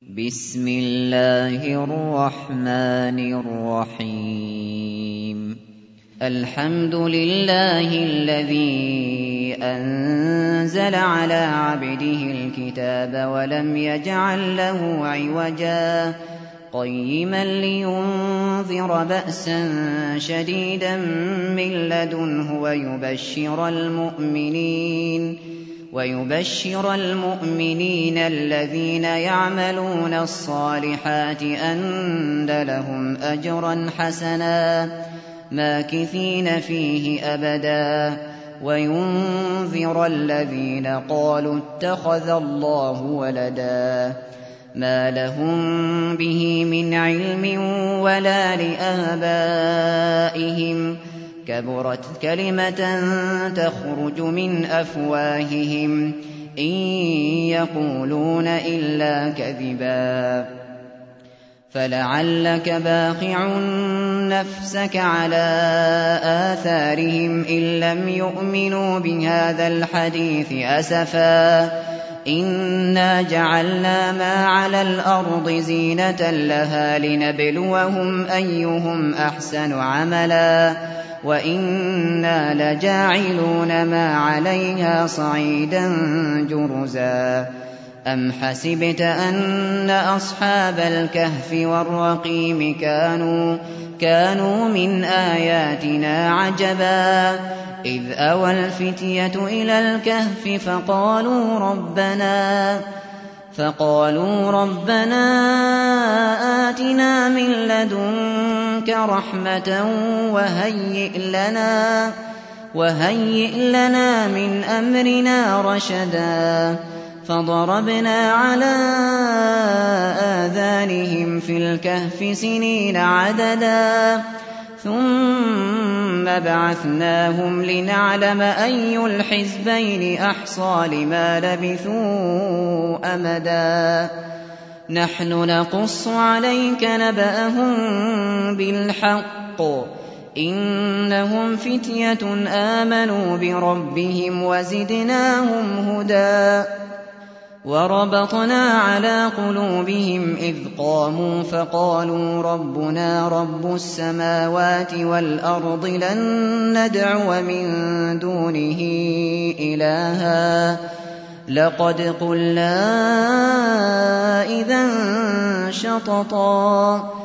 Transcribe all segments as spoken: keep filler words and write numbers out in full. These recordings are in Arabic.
بسم الله الرحمن الرحيم الحمد لله الذي أنزل على عبده الكتاب ولم يجعل له عوجا قيما لينذر بأسا شديدا من لدنه ويبشر المؤمنين ويبشر المؤمنين الذين يعملون الصالحات أن لهم أجرا حسنا ماكثين فيه أبدا وينذر الذين قالوا اتخذ الله ولدا ما لهم به من علم ولا لآبائهم كبرت كلمة تخرج من أفواههم إن يقولون إلا كذبا فلعلك باخع نفسك على آثارهم إن لم يؤمنوا بهذا الحديث أسفا إنا جعلنا ما على الأرض زينة لها لنبلوهم أيهم أحسن عملا وإنا لجاعلون ما عليها صعيدا جرزا أم حسبت أن أصحاب الكهف والرقيم كانوا كانوا من آياتنا عجبا إذ أوى الفتية إلى الكهف فقالوا ربنا فقالوا ربنا آتنا من لدنك رحمة وهيئ لنا وهيئ لنا من أمرنا رشدا فضربنا على آذانهم في الكهف سنين عددا ثم بعثناهم لنعلم أي الحزبين أحصى لما لبثوا أمدا نحن نقص عليك نبأهم بالحق إنهم فتية آمنوا بربهم وزدناهم هدى وربطنا على قلوبهم إذ قاموا فقالوا ربنا رب السماوات والأرض لن ندعو من دونه إلها لقد قلنا إذا شططا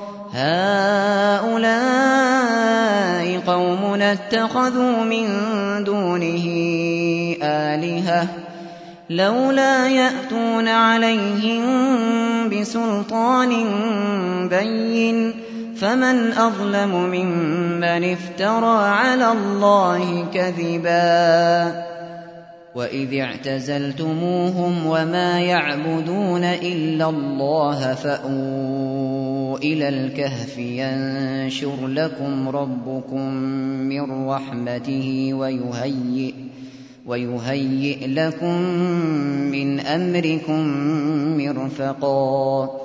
هؤلاء قومنا اتخذوا من دونه آلهة لولا يأتون عليهم بسلطان بين فمن أظلم ممن افترى على الله كذبا وإذ اعتزلتموهم وما يعبدون إلا الله فأووا إلى الكهف ينشر لكم ربكم من رحمته ويهيئ ويهيئ لكم من أمركم مرفقا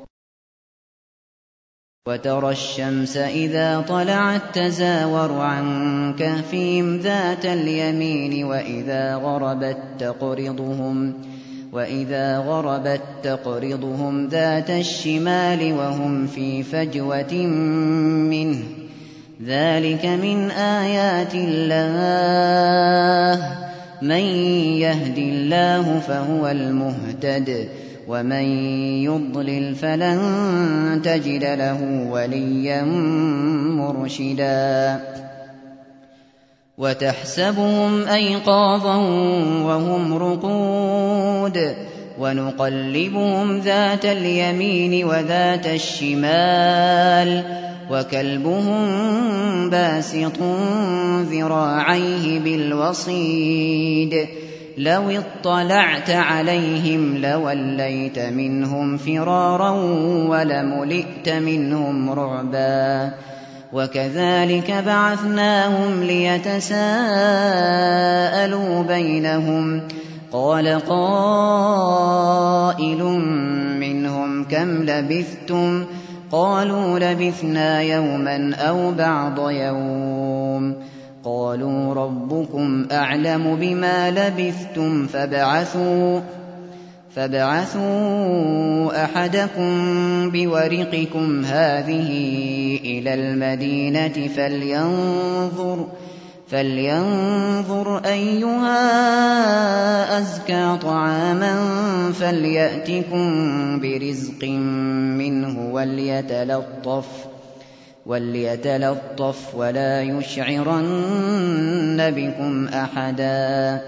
وترى الشمس إذا طلعت تزاور عن كهفهم ذات اليمين وإذا غربت تقرضهم وإذا غربت تقرضهم ذات الشمال وهم في فجوة منه ذلك من آيات الله من يهد الله فهو المهتد ومن يضلل فلن تجد له وليا مرشدا وتحسبهم أيقاظا وهم رقود ونقلبهم ذات اليمين وذات الشمال وكلبهم باسط ذراعيه بالوصيد لو اطلعت عليهم لوليت منهم فرارا ولملئت منهم رعبا وكذلك بعثناهم ليتساءلوا بينهم قال قائل منهم كم لبثتم قالوا لبثنا يوما أو بعض يوم قالوا ربكم أعلم بما لبثتم فابعثوا فابعثوا أحدكم بورقكم هذه إلى المدينة فلينظر, فلينظر أيها أزكى طعاما فليأتكم برزق منه وليتلطف, وليتلطف ولا يشعرن بكم أحدا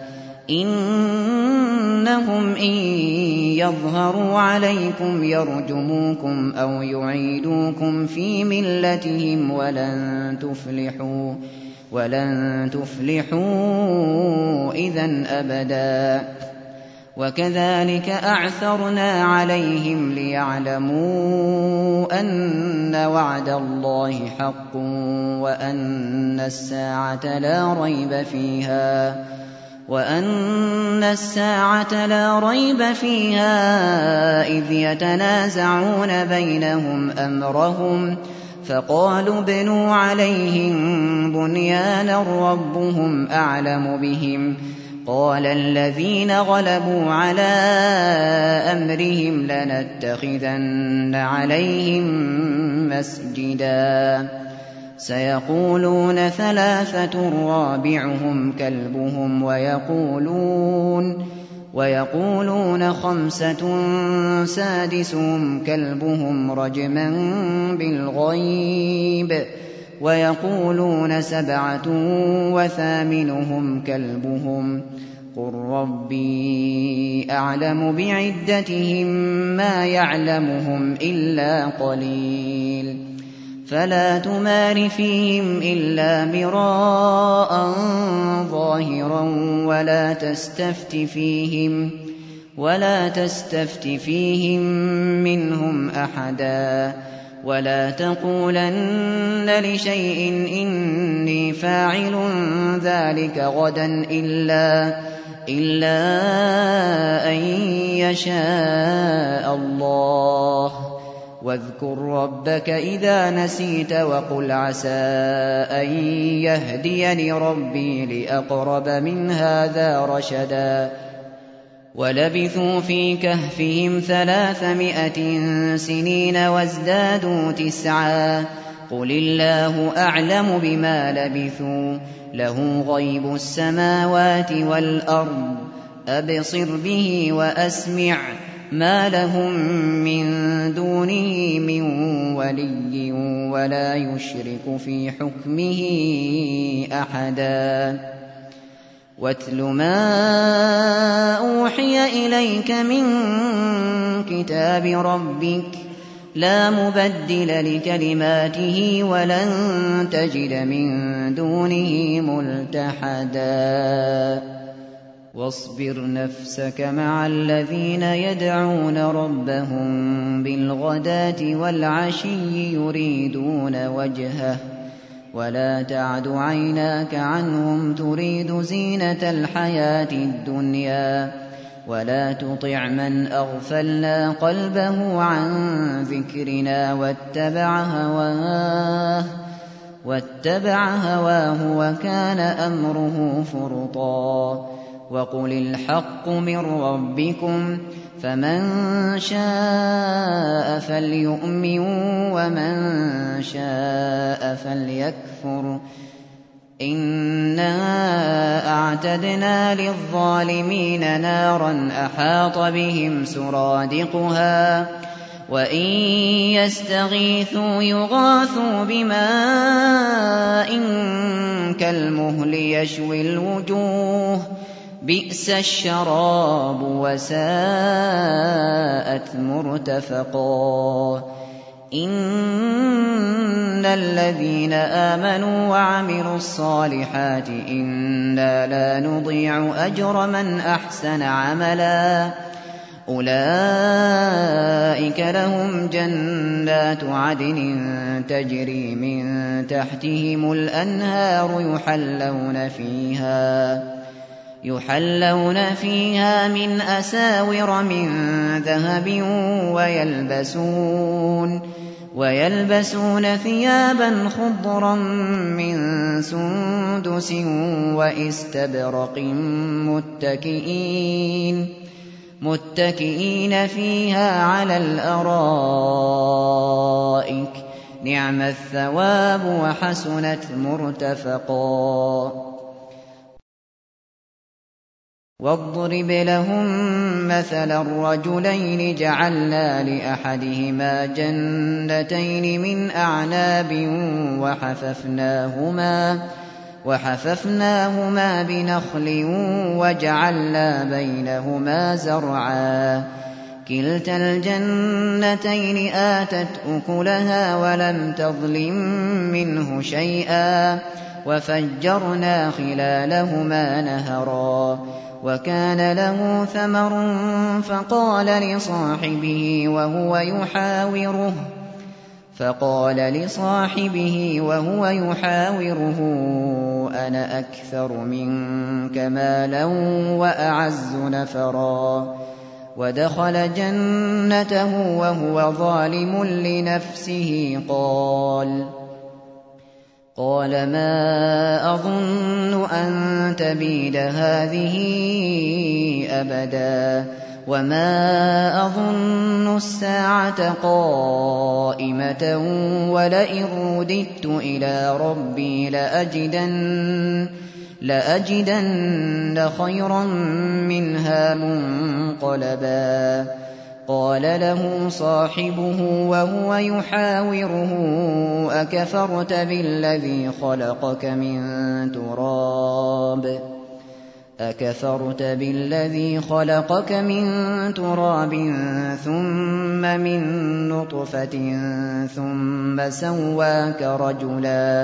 إنهم إن يظهروا عليكم يرجموكم أو يعيدوكم في ملتهم ولن تفلحوا ولن تفلحوا إذن أبدا. وكذلك أعثرنا عليهم ليعلموا أن وعد الله حق وأن الساعة لا ريب فيها وأن الساعة لا ريب فيها إذ يتنازعون بينهم أمرهم فقالوا ابنوا عليهم بنيانا ربهم أعلم بهم قال الذين غلبوا على أمرهم لنتخذن عليهم مسجدا سيقولون ثلاثة رابعهم كلبهم ويقولون, ويقولون خمسة سادسهم كلبهم رجما بالغيب ويقولون سبعة وثامنهم كلبهم قل ربي أعلم بعدتهم ما يعلمهم إلا قليل فلا تمار فيهم إلا مراء ظاهرا ولا تستفت فيهم ولا تستفت فيهم منهم أحدا ولا تقولن لشيء إني فاعل ذلك غدا إلا, إلا أن يشاء الله واذكر ربك إذا نسيت وقل عسى أن يهديني ربي لأقرب من هذا رشدا ولبثوا في كهفهم ثلاثمائة سنين وازدادوا تسعا قل الله أعلم بما لبثوا له غيب السماوات والأرض أبصر به وأسمع ما لهم من دونه من ولي ولا يشرك في حكمه أحدا واتل ما أوحي إليك من كتاب ربك لا مبدل لكلماته ولن تجد من دونه ملتحدا واصبر نفسك مع الذين يدعون ربهم بالغداة والعشي يريدون وجهه ولا تعد عيناك عنهم تريد زينة الحياة الدنيا ولا تطع من أغفلنا قلبه عن ذكرنا واتبع هواه واتبع هواه وكان أمره فرطا وقل الحق من ربكم فمن شاء فليؤمن ومن شاء فليكفر إنا أعتدنا للظالمين نارا أحاط بهم سرادقها وإن يستغيثوا يغاثوا بماء كالمهل يشوي الوجوه بئس الشراب وساءت مرتفقا إن الذين آمنوا وعملوا الصالحات إنا لا نضيع أجر من أحسن عملا أولئك لهم جنات عدن تجري من تحتهم الأنهار يحلون فيها يحلون فيها من أساور من ذهب ويلبسون ويلبسون ثيابا خضرا من سندس واستبرق متكئين متكئين فيها على الأرائك نعم الثواب وحسنت مرتفقا واضرب لهم مثلا الرجلين جعلنا لأحدهما جنتين من أعناب وحففناهما وحففناهما بنخل وجعلنا بينهما زرعا كلتا الجنتين آتت أكلها ولم تظلم منه شيئا وفجرنا خلالهما نهرا وكان له ثمر فقال لصاحبه وهو يحاوره فقال لصاحبه وهو يحاوره أنا أكثر منك مالا وأعز نفرا ودخل جنته وهو ظالم لنفسه قال قال ما أظن أن تبيد هذه أبدا وما أظن الساعة قائمة ولئن رددت إلى ربي لأجدن, لأجدن خيرا منها منقلبا قال له صاحبه وهو يحاوره أكفرت بالذي خلقك من تراب أكفرت بالذي خلقك من تراب ثم من نطفة ثم سواك رجلا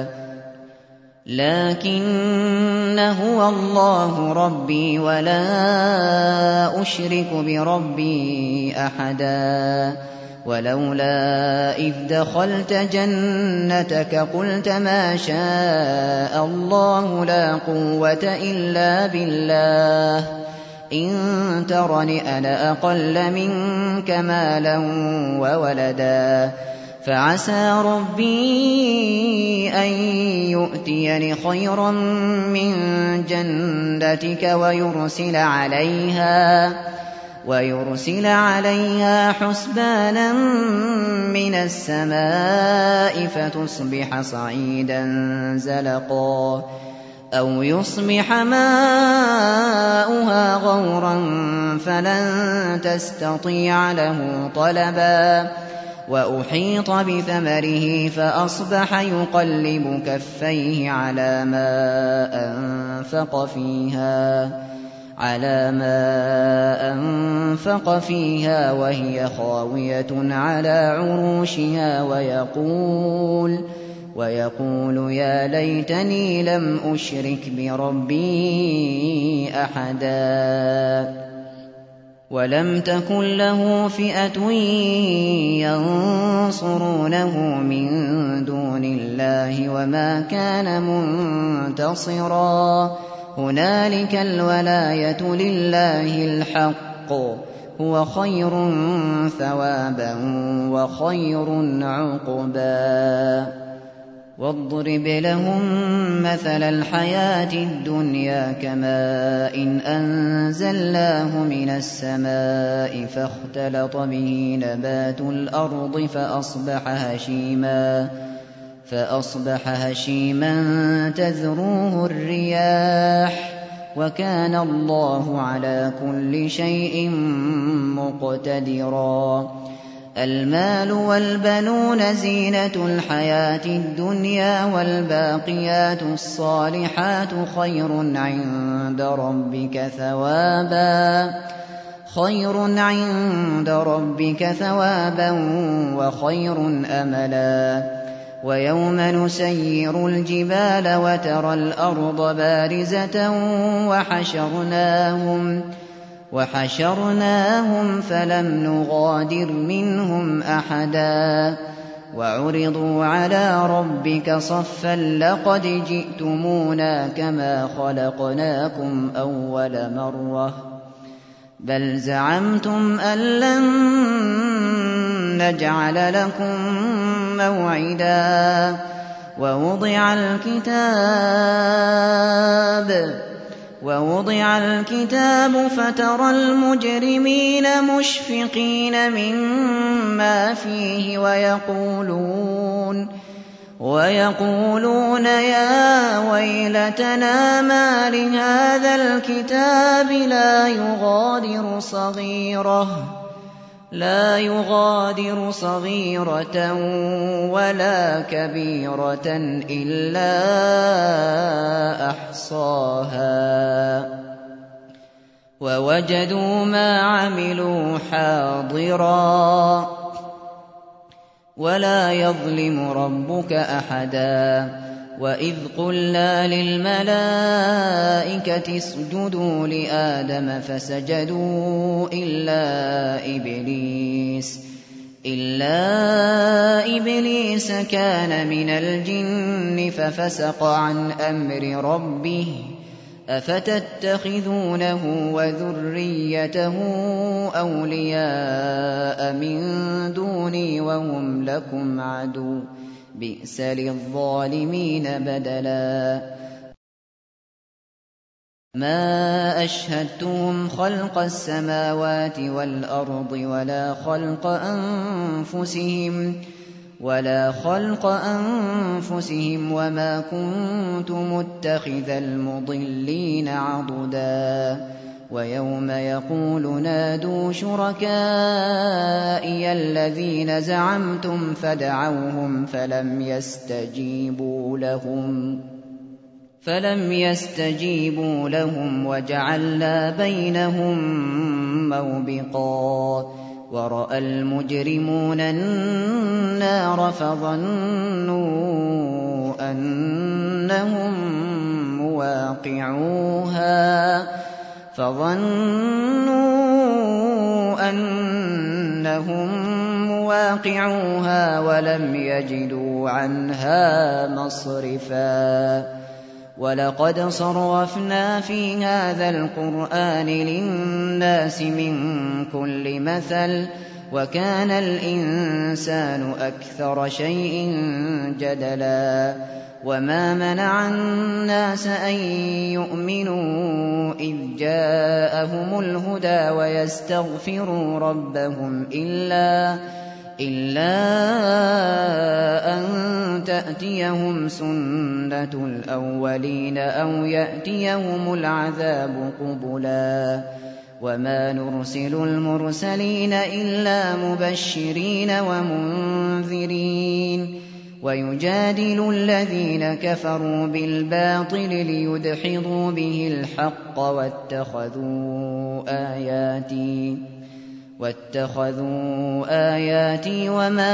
لكن هو الله ربي ولا أشرك بربي أحدا ولولا إذ دخلت جنتك قلت ما شاء الله لا قوة إلا بالله إن ترني أنا أقل منك مالا وولدا فعسى ربي أن يؤتيني خيرا من جنتك ويرسل عليها ويرسل عليها حسبانا من السماء فتصبح صعيدا زلقا أو يصبح ماؤها غورا فلن تستطيع له طلبا وأحيط بثمره فأصبح يقلب كفيه على ما أنفق فيها على ما أنفق فيها وهي خاوية على عروشها ويقول ويقول يا ليتني لم أشرك بربي أحدا ولم تكن له فئة ينصرونه من دون الله وما كان منتصرا هنالك الولاية لله الحق هو خير ثوابا وخير عقبا واضرب لهم مثل الحياة الدنيا كماء إن أنزلناه من السماء فاختلط به نبات الأرض فأصبح هشيما فأصبح هشيما تذروه الرياح وكان الله على كل شيء مقتدرا المال والبنون زينة الحياة الدنيا والباقيات الصالحات خير عند ربك ثوابا خير عند ربك ثوابا وخير أملا ويوم نسير الجبال وترى الأرض بارزة وحشرناهم وحشرناهم فلم نغادر منهم أحدا وعرضوا على ربك صفا لقد جئتمونا كما خلقناكم أول مرة بل زعمتم أن لن نجعل لكم موعدا ووضع الكتاب ووضع الكتاب فترى المجرمين مشفقين مما فيه ويقولون ويقولون يا ويلتنا ما لهذا الكتاب لا يغادر صغيرة لا يغادر صغيرة ولا كبيرة إلا أحصاها ووجدوا ما عملوا حاضرا ولا يظلم ربك أحدا وإذ قلنا للملائكة اسجدوا لآدم فسجدوا إلا إبليس إلا إبليس كان من الجن ففسق عن أمر ربه أفتتخذونه وذريته أولياء من دوني وهم لكم عدو بئس للظالمين بدلا ما أشهدتهم خلق السماوات والأرض ولا خلق أنفسهم ولا خلق أنفسهم وما كنت متخذ المضلين عضدا ويوم يقول نادوا شركائي الذين زعمتم فدعوهم فلم يستجيبوا لهم فلم يستجيبوا لهم وجعلنا بينهم موبقا ورأى المجرمون النار فظنوا أنهم مواقعوها فظنوا أنهم مواقعوها ولم يجدوا عنها مصرفا ولقد صرفنا في هذا القرآن للناس من كل مثل وكان الإنسان أكثر شيء جدلا وما منع الناس أن يؤمنوا إذ جاءهم الهدى ويستغفروا ربهم إلا إلا أن تأتيهم سنة الأولين أو يأتيهم العذاب قبلا وما نرسل المرسلين إلا مبشرين ومنذرين ويجادل الذين كفروا بالباطل ليدحضوا به الحق واتخذوا آياتي واتخذوا آياتي وما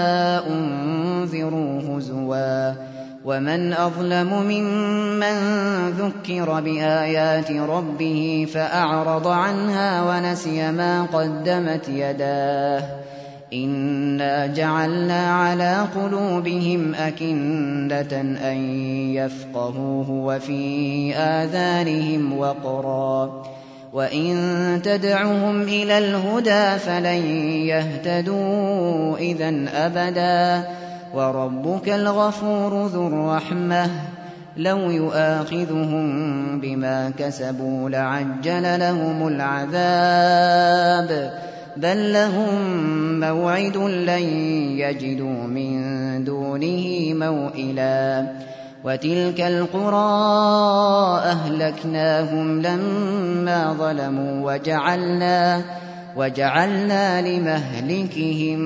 أنذروا هزوا ومن أظلم ممن ذكر بآيات ربه فأعرض عنها ونسي ما قدمت يداه إنا جعلنا على قلوبهم أكنة أن يفقهوه وفي آذانهم وقرا وإن تدعهم إلى الهدى فلن يهتدوا إذا أبدا وربك الغفور ذو الرحمة لو يؤاخذهم بما كسبوا لعجل لهم العذاب بل لهم موعد لن يجدوا من دونه موئلا وتلك القرى أهلكناهم لما ظلموا وجعلنا وجعلنا لمهلكهم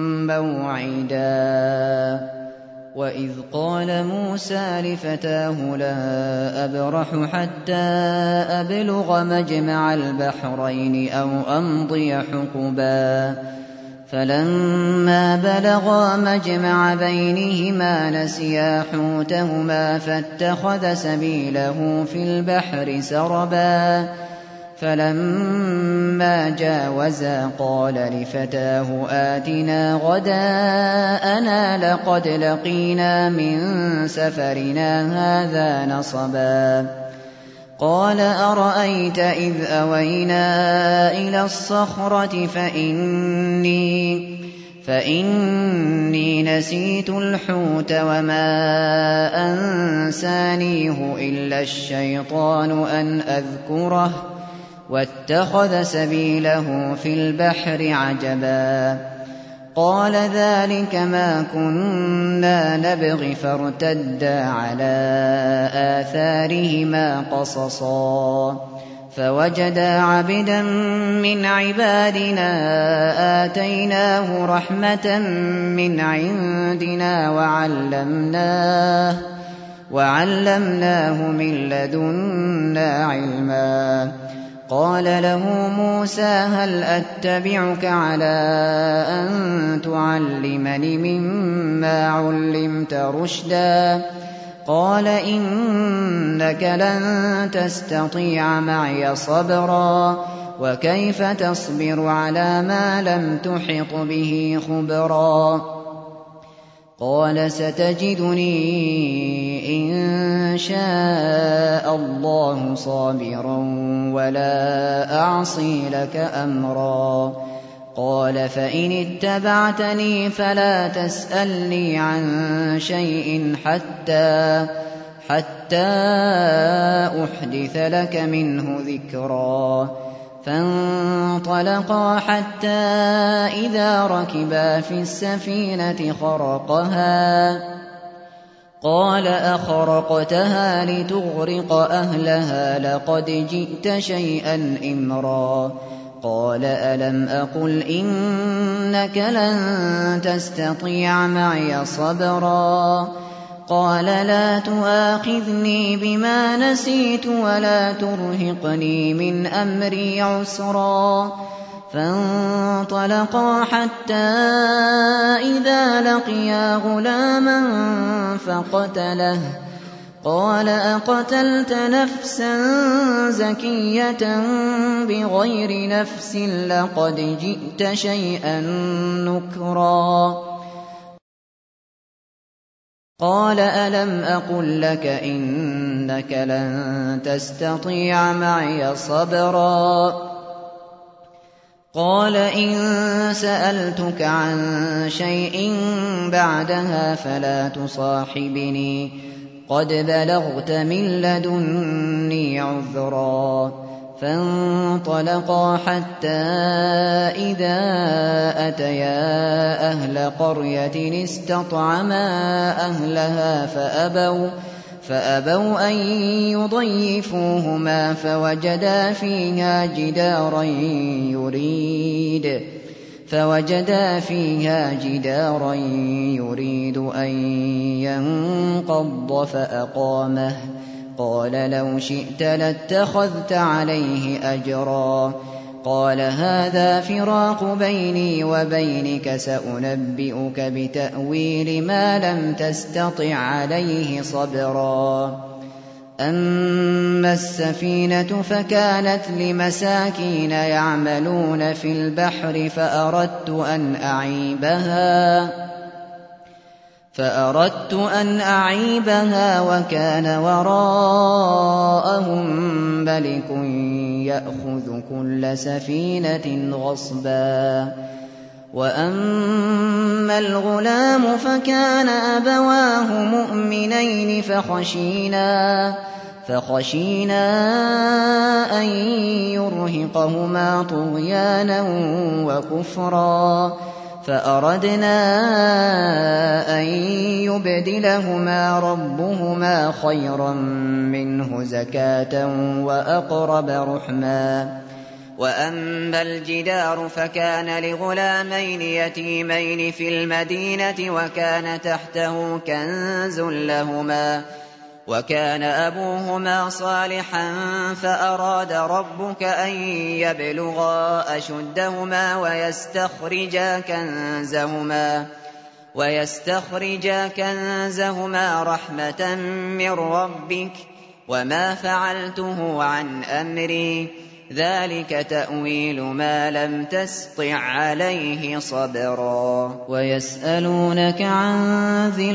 موعدا وإذ قال موسى لفتاه لا أبرح حتى أبلغ مجمع البحرين أو أمضي حقبا فلما بلغا مجمع بينهما نسيا حوتهما فاتخذ سبيله في البحر سربا فلما جاوزا قال لفتاه آتنا غداءنا لقد لقينا من سفرنا هذا نصبا قال أرأيت إذ أوينا إلى الصخرة فإني, فإني نسيت الحوت وما أنسانيه إلا الشيطان أن أذكره واتخذ سبيله في البحر عجبا قال ذلك ما كنا نبغ فارتدا على آثارهما قصصا فوجدا عبدا من عبادنا آتيناه رحمة من عندنا وعلمناه, وعلمناه من لدنا علما قال له موسى هل أتبعك على أن تعلمني مما علمت رشدا قال إنك لن تستطيع معي صبرا وكيف تصبر على ما لم تحط به خبرا قال ستجدني إن شاء الله صابرا ولا أعصي لك أمرا قال فإن اتبعتني فلا تسألني عن شيء حتى حتى أحدث لك منه ذكرا فانطلقا حتى إذا ركبا في السفينة خرقها قال أخرقتها لتغرق أهلها لقد جئت شيئا إمرا قال ألم أقل إنك لن تستطيع معي صبرا قال لا تؤاخذني بما نسيت ولا ترهقني من أمري عسرا فانطلقا حتى إذا لقيا غلاما فقتله قال أقتلت نفسا زكية بغير نفس لقد جئت شيئا نكرا قال ألم أقل لك إنك لن تستطيع معي صبرا قال إن سألتك عن شيء بعدها فلا تصاحبني قد بلغت من لدني عذرا فانطلقا حتى إذا أتيا أهل قرية استطعما أهلها فأبوا, فأبوا أن يضيفوهما فوجدا فيها جدارا يريد فوجدا فيها جدارا يريد أن ينقض فأقامه قال لو شئت لاتخذت عليه أجرا قال هذا فراق بيني وبينك سأنبئك بتأويل ما لم تستطع عليه صبرا أما السفينة فكانت لمساكين يعملون في البحر فأردت أن أعيبها فأردت أن أعيبها وكان وراءهم ملك يأخذ كل سفينة غصبا وأما الغلام فكان أبواه مؤمنين فخشينا فخشينا أن يرهقهما طغيانا وكفرا فأردنا أن يبدلهما ربهما خيرا منه زكاة وأقرب رحما وأما الجدار فكان لغلامين يتيمين في المدينة وكان تحته كنز لهما وكان أبوهما صالحا فأراد ربك أن يبلغا أشدهما ويستخرجا كنزهما ويستخرجا كنزهما رحمة من ربك وما فعلته عن أمري ذلك تأويل ما لم تسطع عليه صبرا ويسألونك عن ذي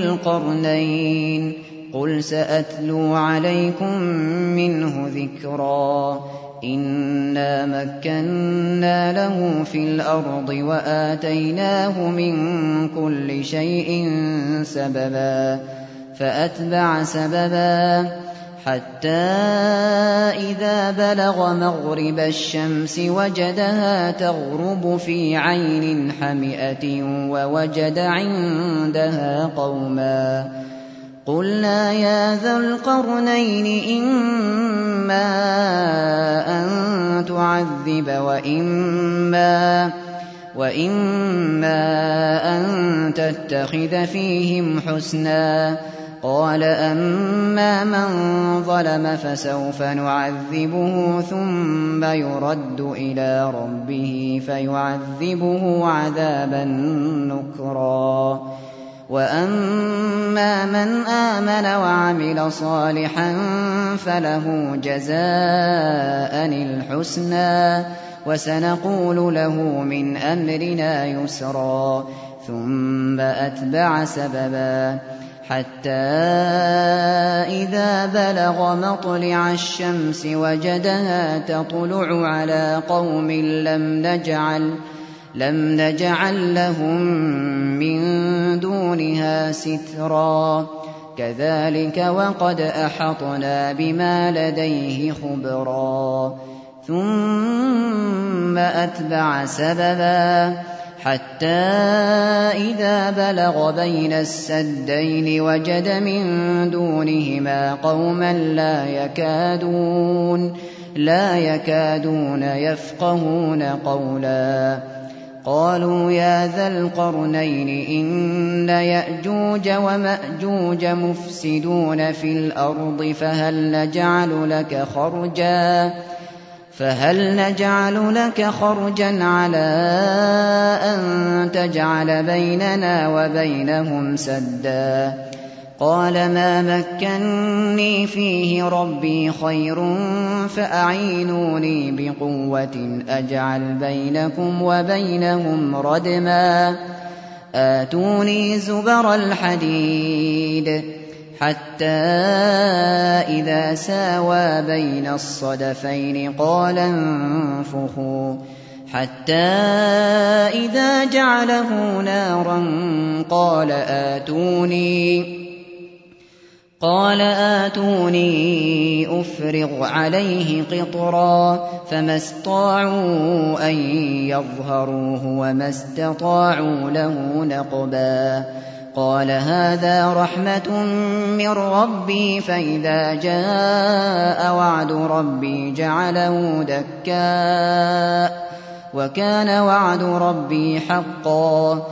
القرنين قل سأتلو عليكم منه ذكرا إِنَّا مَكَّنَّا لَهُ فِي الْأَرْضِ وَآتَيْنَاهُ مِن كُلِّ شَيْءٍ سَبَبًا فَأَتْبَعَ سَبَبًا حَتَّىٰ إِذَا بَلَغَ مَغْرِبَ الشَّمْسِ وَجَدَهَا تَغْرُبُ فِي عَيْنٍ حَمِئَةٍ وَوَجَدَ عِندَهَا قَوْمًا قُلْنَا يَا ذَا الْقَرْنَيْنِ إِمَّا أَن تُعَذِّبَ وَإِمَّا, وإما أَن تَتَّخِذَ فِيهِمْ حُسْنًا قَالَ أَمَّا مَن ظَلَمَ فَسَوْفَ نُعَذِّبُهُ ثُمَّ يُرَدُّ إِلَىٰ رَبِّهِ فَيُعَذِّبُهُ عَذَابًا نُّكْرًا وَأَمَّا مَنْ آمَنَ وَعَمِلَ صَالِحًا فَلَهُ جَزَاءً الْحُسْنَىٰ وَسَنَقُولُ لَهُ مِنْ أَمْرِنَا يُسْرًا ثُمَّ أَتْبَعَ سَبَبًا حَتَّىٰ إِذَا بَلَغَ مَطْلِعَ الشَّمْسِ وَجَدَهَا تَطْلُعُ عَلَىٰ قَوْمٍ لَّمْ نَجْعَل لَّمْ نَجْعَل لَّهُم مِّن دُونِهَا سِتْرًا كَذَٰلِكَ وَقَدْ أَحَطْنَا بِمَا لَدَيْهِ خُبْرًا ثُمَّ أَتْبَعَ سَبَبًا حَتَّىٰ إِذَا بَلَغَ بَيْنَ السَّدَّيْنِ وَجَدَ مِن دُونِهِمَا قَوْمًا لَّا يَكَادُونَ لَا يَكَادُونَ يَفْقَهُونَ قَوْلًا قَالُوا يَا ذَا الْقَرْنَيْنِ إِنَّ يَأْجُوجَ وَمَأْجُوجَ مُفْسِدُونَ فِي الْأَرْضِ فَهَلْ نَجْعَلُ لَكَ خَرْجًا فهل نجعل لك خرجا على أن تجعل بيننا وبينهم سدا قال ما مكني فيه ربي خير فأعينوني بقوة أجعل بينكم وبينهم ردما آتوني زبر الحديد حتى إذا ساوى بين الصدفين قال انفخوا حتى إذا جعله نارا قال آتوني قال آتوني أفرغ عليه قطرا فما استطاعوا أن يظهروه وما استطاعوا له نقبا قال هذا رحمة من ربي فإذا جاء وعد ربي جعله دكاء وكان وعد ربي حقا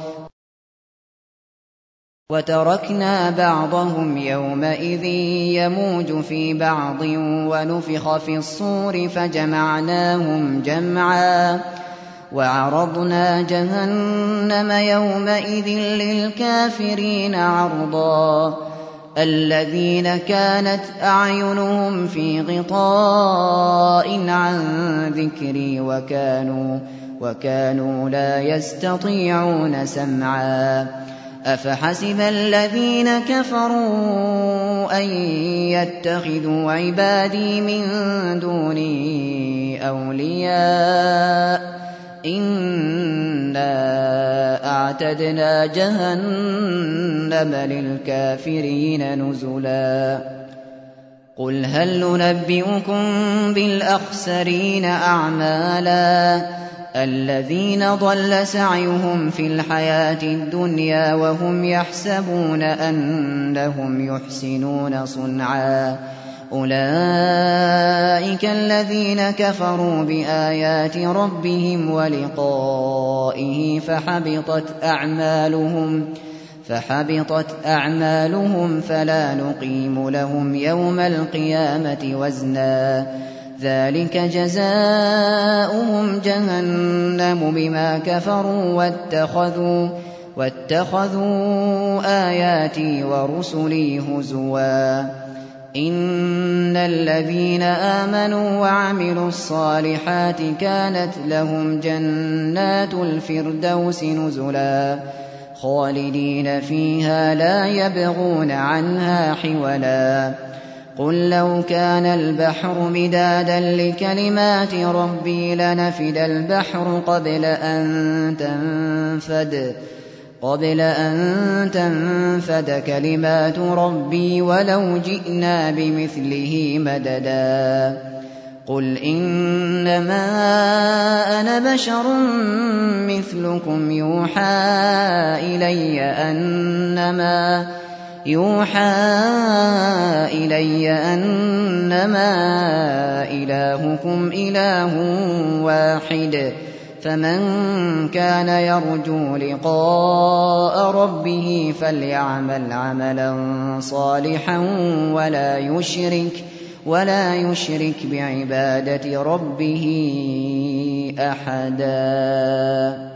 وتركنا بعضهم يومئذ يموج في بعض ونفخ في الصور فجمعناهم جمعا وعرضنا جهنم يومئذ للكافرين عرضا الذين كانت أعينهم في غطاء عن ذكري وكانوا, وكانوا لا يستطيعون سمعا أفحسب الذين كفروا أن يتخذوا عبادي من دوني أولياء إنا أعتدنا جهنم للكافرين نزلا قل هل ننبئكم بالأخسرين أعمالا الذين ضل سعيهم في الحياة الدنيا وهم يحسبون أنهم يحسنون صنعا أولئك الذين كفروا بآيات ربهم ولقائه فحبطت أعمالهم فحبطت أعمالهم فلا نقيم لهم يوم القيامة وزنا ذلك جزاؤهم جهنم بما كفروا واتخذوا, واتخذوا آياتي ورسلي هزوا إن الذين آمنوا وعملوا الصالحات كانت لهم جنات الفردوس نزلا خالدين فيها لا يبغون عنها حولا قل لو كان البحر مدادا لكلمات ربي لنفد البحر قبل أن تنفد قبل أن تنفد كلمات ربي ولو جئنا بمثله مددا قل إنما أنا بشر مثلكم يوحى إلي أنما يوحى إلي أنما إلهكم إله واحد فمن كان يرجو لقاء ربه فليعمل عملا صالحا ولا يشرك ولا يشرك بعبادة ربه أحدا.